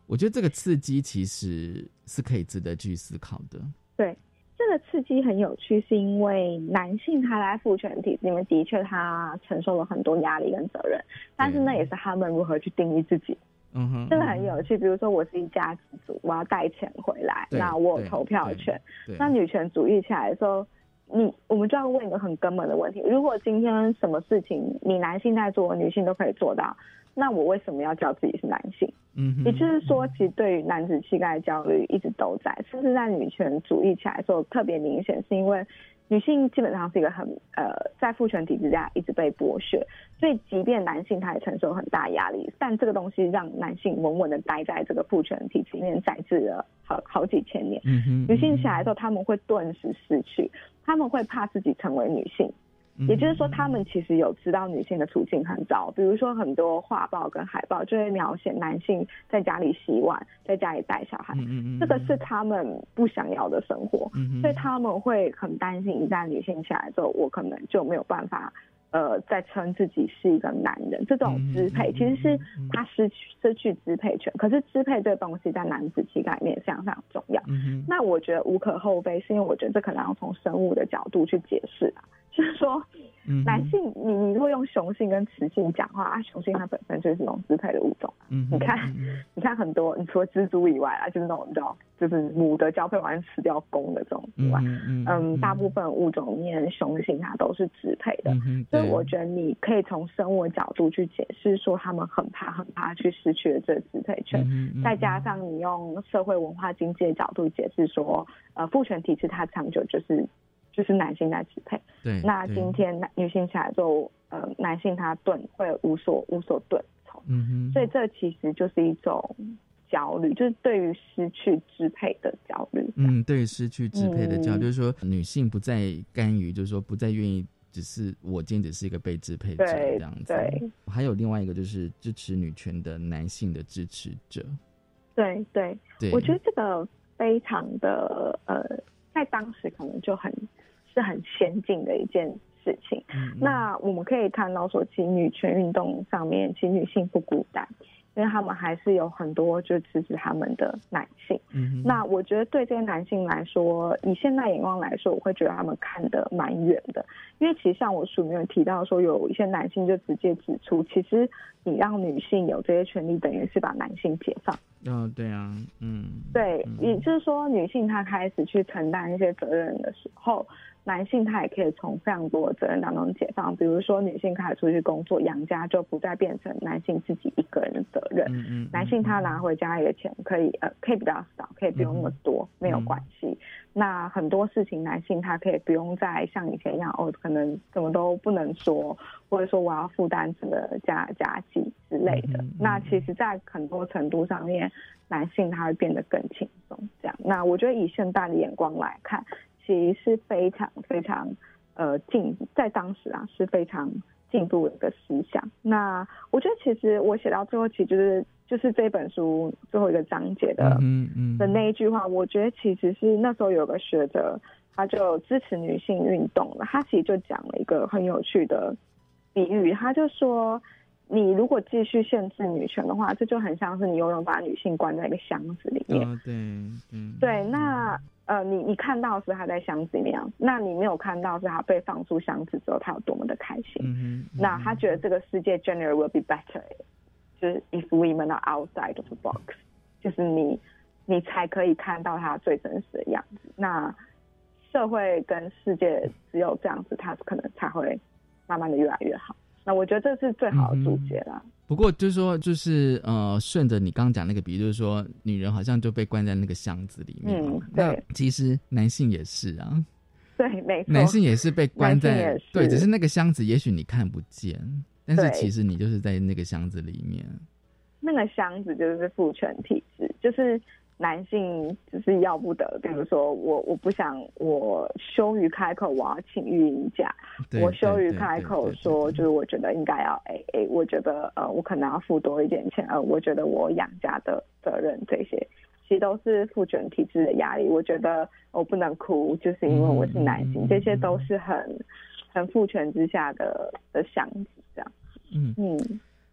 我觉得这个刺激其实是可以值得去思考的。 对，这个刺激很有趣，是因为男性他在父权体制里面的确他承受了很多压力跟责任，但是那也是他们如何去定义自己。这个很有趣，比如说我是一家之主，我要带钱回来，那我有投票权。那女权主义起来的时候，我们就要问一个很根本的问题，如果今天什么事情你男性在做，女性都可以做到，那我为什么要叫自己是男性？也就是说，其实对于男子气概的焦虑一直都在，甚至在女权主义起来的时候特别明显，是因为女性基本上是一个很在父权体制下一直被剥削，所以即便男性他也承受很大压力，但这个东西让男性稳稳的待在这个父权体制里面宰制了好几千年。女性起来的时候，他们会顿时失去，他们会怕自己成为女性。也就是说，他们其实有知道女性的处境很糟，比如说很多画报跟海报就会描写男性在家里洗碗，在家里带小孩，这个是他们不想要的生活，所以他们会很担心，一旦女性起来之后，我可能就没有办法再称自己是一个男人。这种支配其实是他失去支配权，可是支配这个东西在男子气概里面非常非常重要。那我觉得无可厚非，是因为我觉得这可能要从生物的角度去解释啊。就是说，男性你如果用雄性跟雌性讲话，雄性它本身就是一种支配的物种。你看很多，你除了蜘蛛以外啊，就是那种你知道，就是母的交配完吃掉公的这种以外，大部分物种里面雄性它都是支配的。所以我觉得你可以从生物的角度去解释说，他们很怕去失去了这个支配权。再加上你用社会文化经济的角度解释说，父权体制它长久就是男性在支配。对，那今天女性起来之后，男性他会无所遁从。所以这其实就是一种焦虑，就是对于失去支配的焦虑。 对于失去支配的焦虑，就是说女性不再甘于，就是说不再愿意，只是我今天只是一个被支配者这样子。对，还有另外一个就是支持女权的男性的支持者。对，我觉得这个非常的在当时可能是很先进的一件事情。那我们可以看到说，其实女权运动上面，其实女性不孤单，因为他们还是有很多就支持他们的男性。那我觉得对这些男性来说，以现在眼光来说，我会觉得他们看得蛮远的。因为其实像我书里面有提到说，有一些男性就直接指出，其实你让女性有这些权利，等于是把男性解放。 对啊， 对，也就是说，女性她开始去承担一些责任的时候，男性他也可以从非常多的责任当中解放。比如说，女性开始出去工作养家，就不再变成男性自己一个人的责任。男性他拿回家里的钱可以比较少，可以不用那么多，没有关系。那很多事情男性他可以不用再像以前一样可能什么都不能说，或者说我要负担整个家计之类的。那其实在很多程度上面，男性他会变得更轻松这样。那我觉得以现代的眼光来看，其实是非常非常在当时啊是非常进步的一个思想。那我觉得其实我写到最后，其实就是这本书最后一个章节的那一句话，我觉得其实是那时候有个学者他就支持女性运动了，他其实就讲了一个很有趣的比喻，他就说，你如果继续限制女权的话，这就很像是你永远把女性关在一个箱子里面。对，那你看到是她在箱子里面，那你没有看到是她被放出箱子之后她有多么的开心。那他觉得这个世界 generally will be better， 就是 if women are outside of the box， 就是你才可以看到她最真实的样子。那社会跟世界只有这样子，它可能才会慢慢的越来越好。那我觉得这是最好的注解啦。 不过就是说，顺着你刚刚讲那个比喻，就是说女人好像就被关在那个箱子里面。那其实男性也是啊。 对，没错， 男性也是被关在，对，只是那个箱子也许你看不见，但是其实你就是在那个箱子里面。 那个箱子就是父权体制，就是男性就是要不得，比如说我不想，我羞于开口我要请育婴假，我羞于开口说就是我觉得应该要 AA， 我觉得我可能要付多一点钱，我觉得我养家的责任，这些其实都是父权体制的压力。我觉得我不能哭，就是因为我是男性，这些都是很父权之下的箱子这样。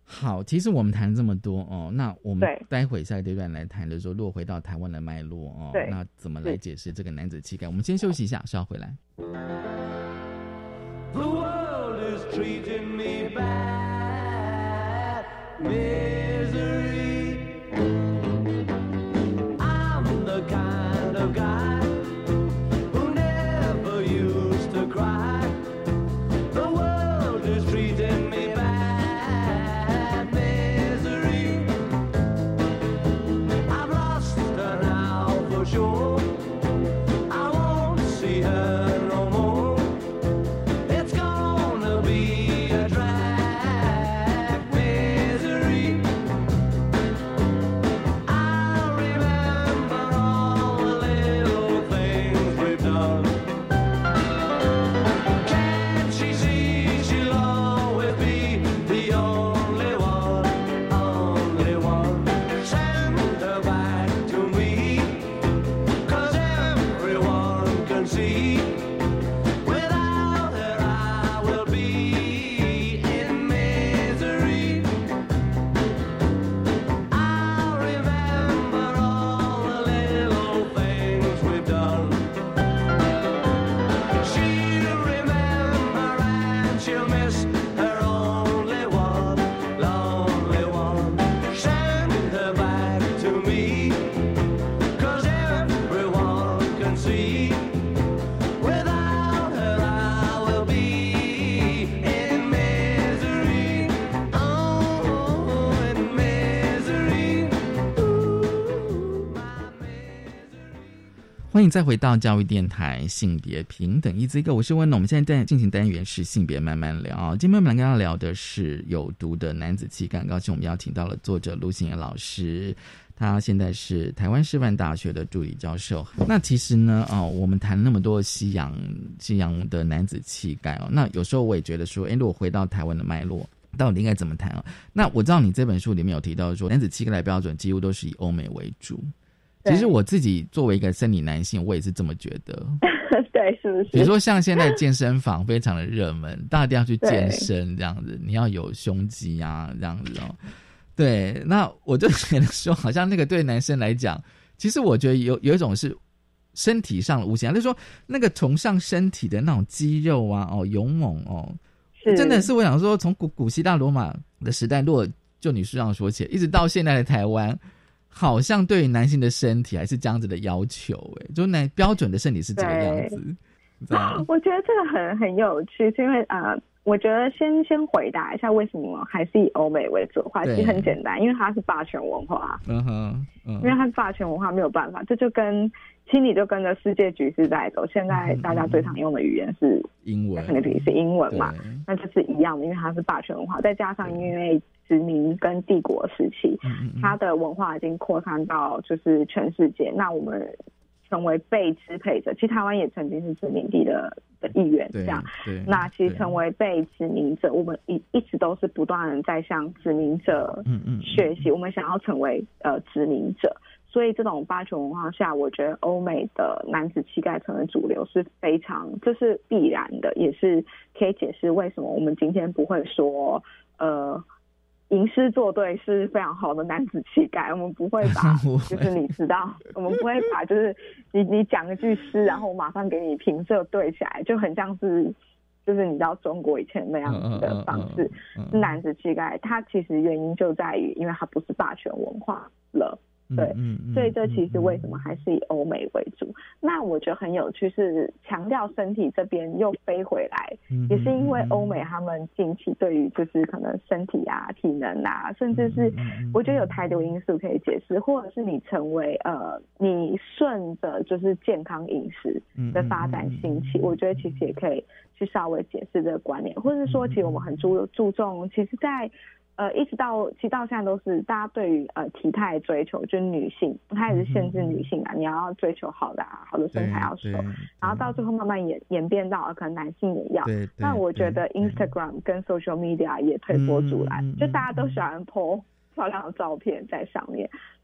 好，其实我们谈这么多哦，那我们待会下一阶段来谈的时候，如果回到台湾的脉络哦，那怎么来解释这个男子气概？我们先休息一下，稍后回来。 The world is treating me bad, misery. I'm the kind of guy who never used to cry. The world is treating me bad, misery. I've lost her now for sure. I won't see her no more. It's gonna be a drag, misery. I'll remember all the little things we've done. Can't she see she'll always be the only one, only one? Send her back to me, 'cause everyone can see without her I will be in misery. I'll remember all the little things we've done. She'll remember and she'll miss her only one, lonely one. Send her back to me, 'cause everyone can see without her I will be in misery. Oh, in misery. 欢迎再回到教育电台性别平等一字一个，我是温龙。我们现在在进行单元是性别慢慢聊。今天我们来跟大家聊的是有毒的男子气概，很高兴我们邀请到了作者陆欣妍老师，他现在是台湾师范大学的助理教授。那其实呢，我们谈那么多西洋的男子气概哦，那有时候我也觉得说，如果回到台湾的脉络，到底应该怎么谈哦？那我知道你这本书里面有提到说，男子气概的标准几乎都是以欧美为主。其实我自己作为一个生理男性，我也是这么觉得。 对，是不是？ 比如说像现在健身房非常的热门，大家一定要去健身这样子，你要有胸肌啊这样子哦。对，那我就觉得说，好像那个对男生来讲，其实我觉得有一种是身体上的无形，就是说那个崇尚身体的那种肌肉啊，勇猛哦，真的是我想说，从古希腊罗马的时代，如果就你书上说起来，一直到现在的台湾。好像对于男性的身体还是这样子的要求，就标准的身体是这个样子。 我觉得这个很有趣，是因为我觉得先回答一下为什么还是以欧美为主的话，其实很简单，因为它是霸权文化。因为它是霸权文化，没有办法，这就跟心理就跟着世界局势在走。现在大家最常用的语言是英文， 是英文嘛，那就是一样的，因为它是霸权文化，再加上因为殖民跟帝国时期，它的文化已经扩散到就是全世界。那我们成为被支配者，其实台湾也曾经是殖民地的一员，这样。那其实成为被殖民者，我们一直都是不断的在向殖民者学习，我们想要成为殖民者。所以这种霸权文化下，我觉得欧美的男子气概成为主流是非常，这是必然的，也是可以解释为什么我们今天不会说吟诗作对是非常好的男子气概，我们不会把就是你知道，我们不会把就是你讲一句诗，然后我马上给你平仄对起来，就很像是就是你知道中国以前那样子的方式。是男子气概，它其实原因就在于，因为它不是霸权文化了。对，所以这其实为什么还是以欧美为主。那我觉得很有趣是强调身体这边又飞回来，也是因为欧美他们近期对于就是可能身体啊、体能啊，甚至是我觉得有太多因素可以解释，或者是你成为你顺着就是健康饮食的发展兴起，我觉得其实也可以去稍微解释这个观念，或者是说其实我们很注重，其实在一直到其实到现在都是大家对于体态追求，就是女性它也是限制女性啊，你要追求好的好的身材要瘦，然后到最后慢慢演变到可能男性也要。那我觉得 Instagram 跟 social media 也推波助澜，就大家都喜欢 po 漂亮的照片在上面。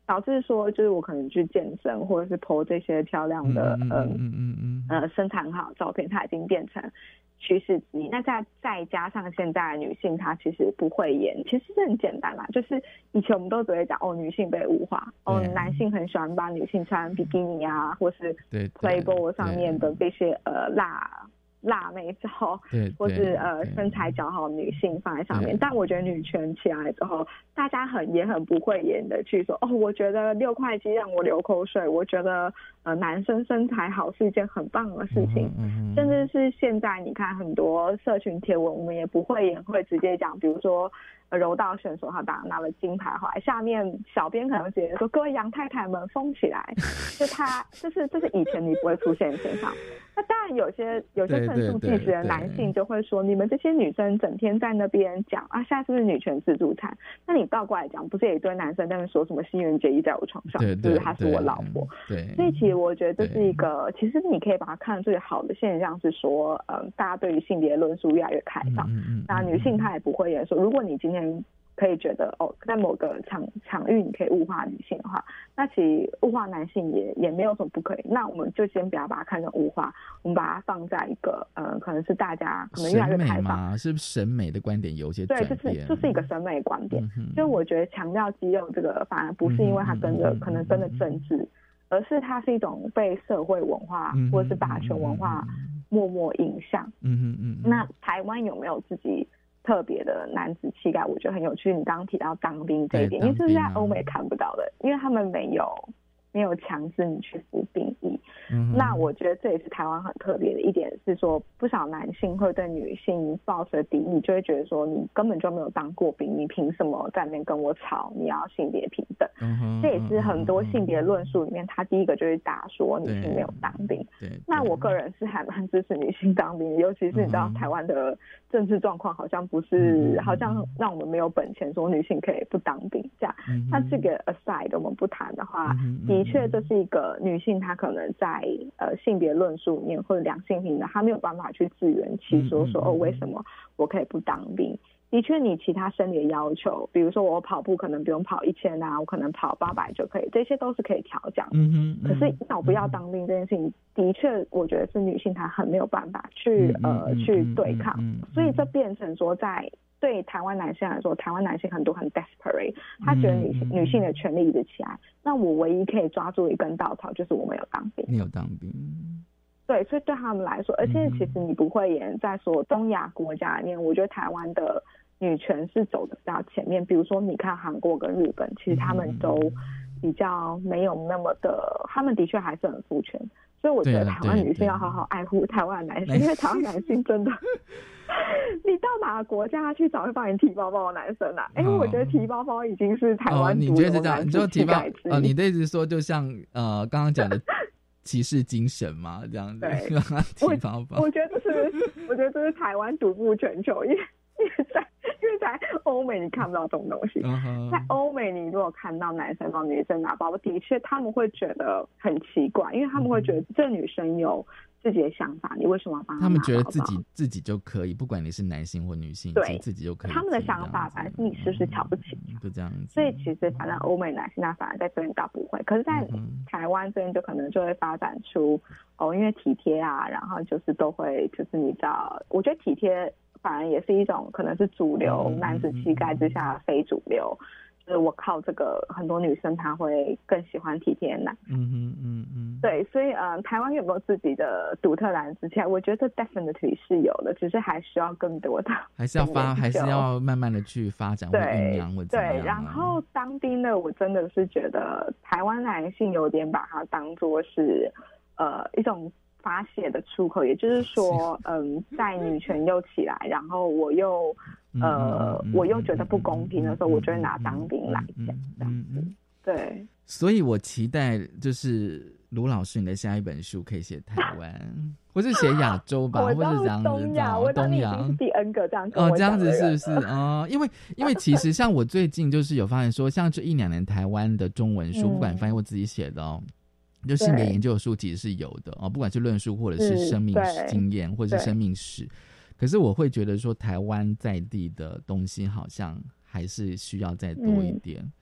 导致说就是我可能去健身或者是 po 这些漂亮的身材很好的照片，它已经变成趋势之一。那再加上现在的女性她其实不会演，其实是很简单啦，就是以前我们都只会讲女性被物化，男性很喜欢把女性穿比基尼啊，或是 Playboy 上面的这些辣妹照，或是身材姣好的女性放在上面。但我觉得女权起来之后，大家也很不会演的去说我觉得6块肌让我流口水，我觉得男生身材好是一件很棒的事情。甚至是现在你看很多社群贴文，我们也不会演，会直接讲，比如说柔道选手他拿了金牌回来，下面小编可能直接说各位杨太太们疯起来，这是以前你不会出现的现象。那当然有些愤怒即时的男性就会说，你们这些女生整天在那边讲现在是不是女权自助餐？那你倒过来讲，不是有一堆男生在那边说什么新垣结衣在我床上，就是她是我老婆。所以其实我觉得这是一个，其实你可以把它看最好的现象是说，大家对于性别论述越来越开放。那女性她也不会说，如果你今天可以觉得在某个场域你可以物化女性的话，那其实物化男性也没有什么不可以。那我们就先不要把它看成物化，我们把它放在一个可能是大家可能越来越开放， 是不是审美的观点有些转变？ 对，就是一个审美观点。所以我觉得强调肌肉这个反而不是因为它可能跟着政治，而是它是一种被社会文化或者是霸权文化默默影响。那台湾有没有自己特别的男子气概？我觉得很有趣。你刚刚提到当兵这一点，因为这是在欧美看不到的，因为他们没有强制你去服兵役。那我觉得这也是台湾很特别的一点，是说不少男性会对女性抱持敌意，就会觉得说你根本就没有当过兵，你凭什么在那边跟我吵你要性别平等？这也是很多性别论述里面，他第一个就是打说女性没有当兵。那我个人是还蛮支持女性当兵的，尤其是你知道台湾的政治状况好像不是，好像让我们没有本钱说女性可以不当兵这样。那这个 aside 我们不谈的话，的确这是一个女性她可能在性别论述里面或者两性平等，她没有办法去自圆其说为什么我可以不当兵。的确你其他生理的要求，比如说我跑步可能不用跑1000啊，我可能跑800就可以，这些都是可以调整。可是那我不要当兵这件事情，的确我觉得是女性她很没有办法去对抗。所以这变成说对台湾男性来说，台湾男性很多很 desperate， 他觉得女性的权利一直起来，那我唯一可以抓住一根稻草就是我没有当兵。 没有当兵。 对，所以对他们来说，而且其实你不会演在所有东亚国家里面，我觉得台湾的女权是走的比较前面。比如说你看韩国跟日本，其实他们都比较没有那么的，他们的确还是很父权。所以我觉得台湾女性要好好爱护台湾男性，因为台湾男性真的你到哪个国家去找会帮你提包包的男生啊？我觉得提包包已经是台湾你觉得是这样？你说提包你的意思说就像刚刚讲的骑士精神嘛，这样子。提包包， 我觉得这是台湾独步全球，因为在欧美你看不到这种东西。在欧美你如果看到男生帮女生拿包包，的确他们会觉得很奇怪，因为他们会觉得这女生有自己的想法，你为什么要帮她拿包包？ 他们觉得自己就可以，不管你是男性或女性， 对， 自己就可以。 他们的想法反而是你是不是瞧不起？ 就这样子。 所以其实反正欧美男性他反而在这边倒不会，可是在台湾这边就可能就会发展出因为体贴啊，然后就是都会就是你知道，我觉得体贴反而也是一种可能是主流男子气概之下的非主流，就是我靠这个很多女生她会更喜欢体贴男。对，所以台湾有没有自己的独特男子气概？我觉得 definitely 是有的，只是还需要更多的， 还是要慢慢的去发展或酝酿或怎么样。 对，然后当兵的我真的是觉得台湾男性有点把它当作是一种发泄的出口，也就是说在女权又起来，然后我又觉得不公平的时候，我就会拿当兵来讲。对， 所以我期待就是卢老师你的下一本书可以写台湾或是写亚洲吧，或是这样子东亚第 N 个这样跟我这样子是不是因为其实像我最近就是有发现说，像这1-2年台湾的中文书，不管翻译或自己写的就性别研究的书其实是有的不管是论述或者是生命经验或者是生命史，可是我会觉得说台湾在地的东西好像还是需要再多一点。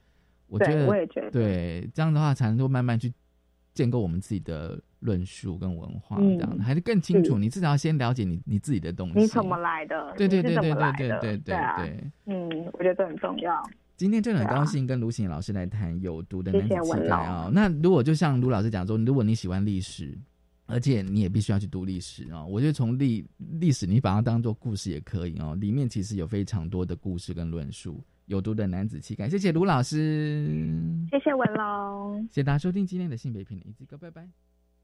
我觉得我也觉得对，这样的话才能够慢慢去建构我们自己的论述跟文化，这样还是更清楚。你至少要先了解你自己的东西， 你怎么来的？ 对对对对对对对我觉得这很重要。 今天真的很高兴跟卢醒老师来谈有毒的男子气概啊。 那如果就像卢老师讲说，如果你喜欢历史，而且你也必须要去读历史啊，我觉得从历史你把它当作故事也可以哦，里面其实有非常多的故事跟论述。有毒的男子气概，谢谢卢老师， 谢谢文龙， 谢谢大家收听今天的性别平等一字歌，拜拜。